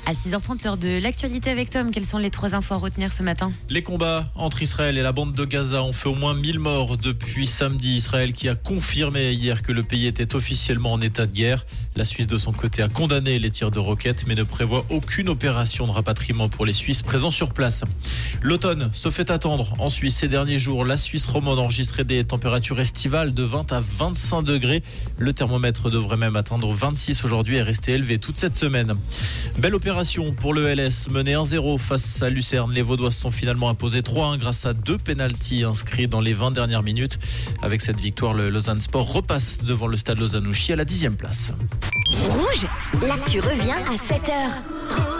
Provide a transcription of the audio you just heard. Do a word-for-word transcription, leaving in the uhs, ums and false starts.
À six heures trente, l'heure de l'actualité avec Tom. Quelles sont les trois infos à retenir ce matin ? Les combats entre Israël et la bande de Gaza ont fait au moins mille morts depuis samedi. Israël qui a confirmé hier que le pays était officiellement en état de guerre. La Suisse de son côté a condamné les tirs de roquettes mais ne prévoit aucune opération de rapatriement pour les Suisses présents sur place. L'automne se fait attendre en Suisse ces derniers jours. La Suisse romande a enregistré des températures estivales de vingt à vingt-cinq degrés. Le thermomètre devrait même atteindre vingt-six aujourd'hui et rester élevé toute cette semaine. Belle opération pour le L S, mené un zéro face à Lucerne. Les Vaudois se sont finalement imposés trois un grâce à deux pénaltys inscrits dans les vingt dernières minutes. Avec cette victoire, le Lausanne Sport repasse devant le stade Lausanne-Ouchy à la dixième place. Rouge, l'actu revient à sept heures.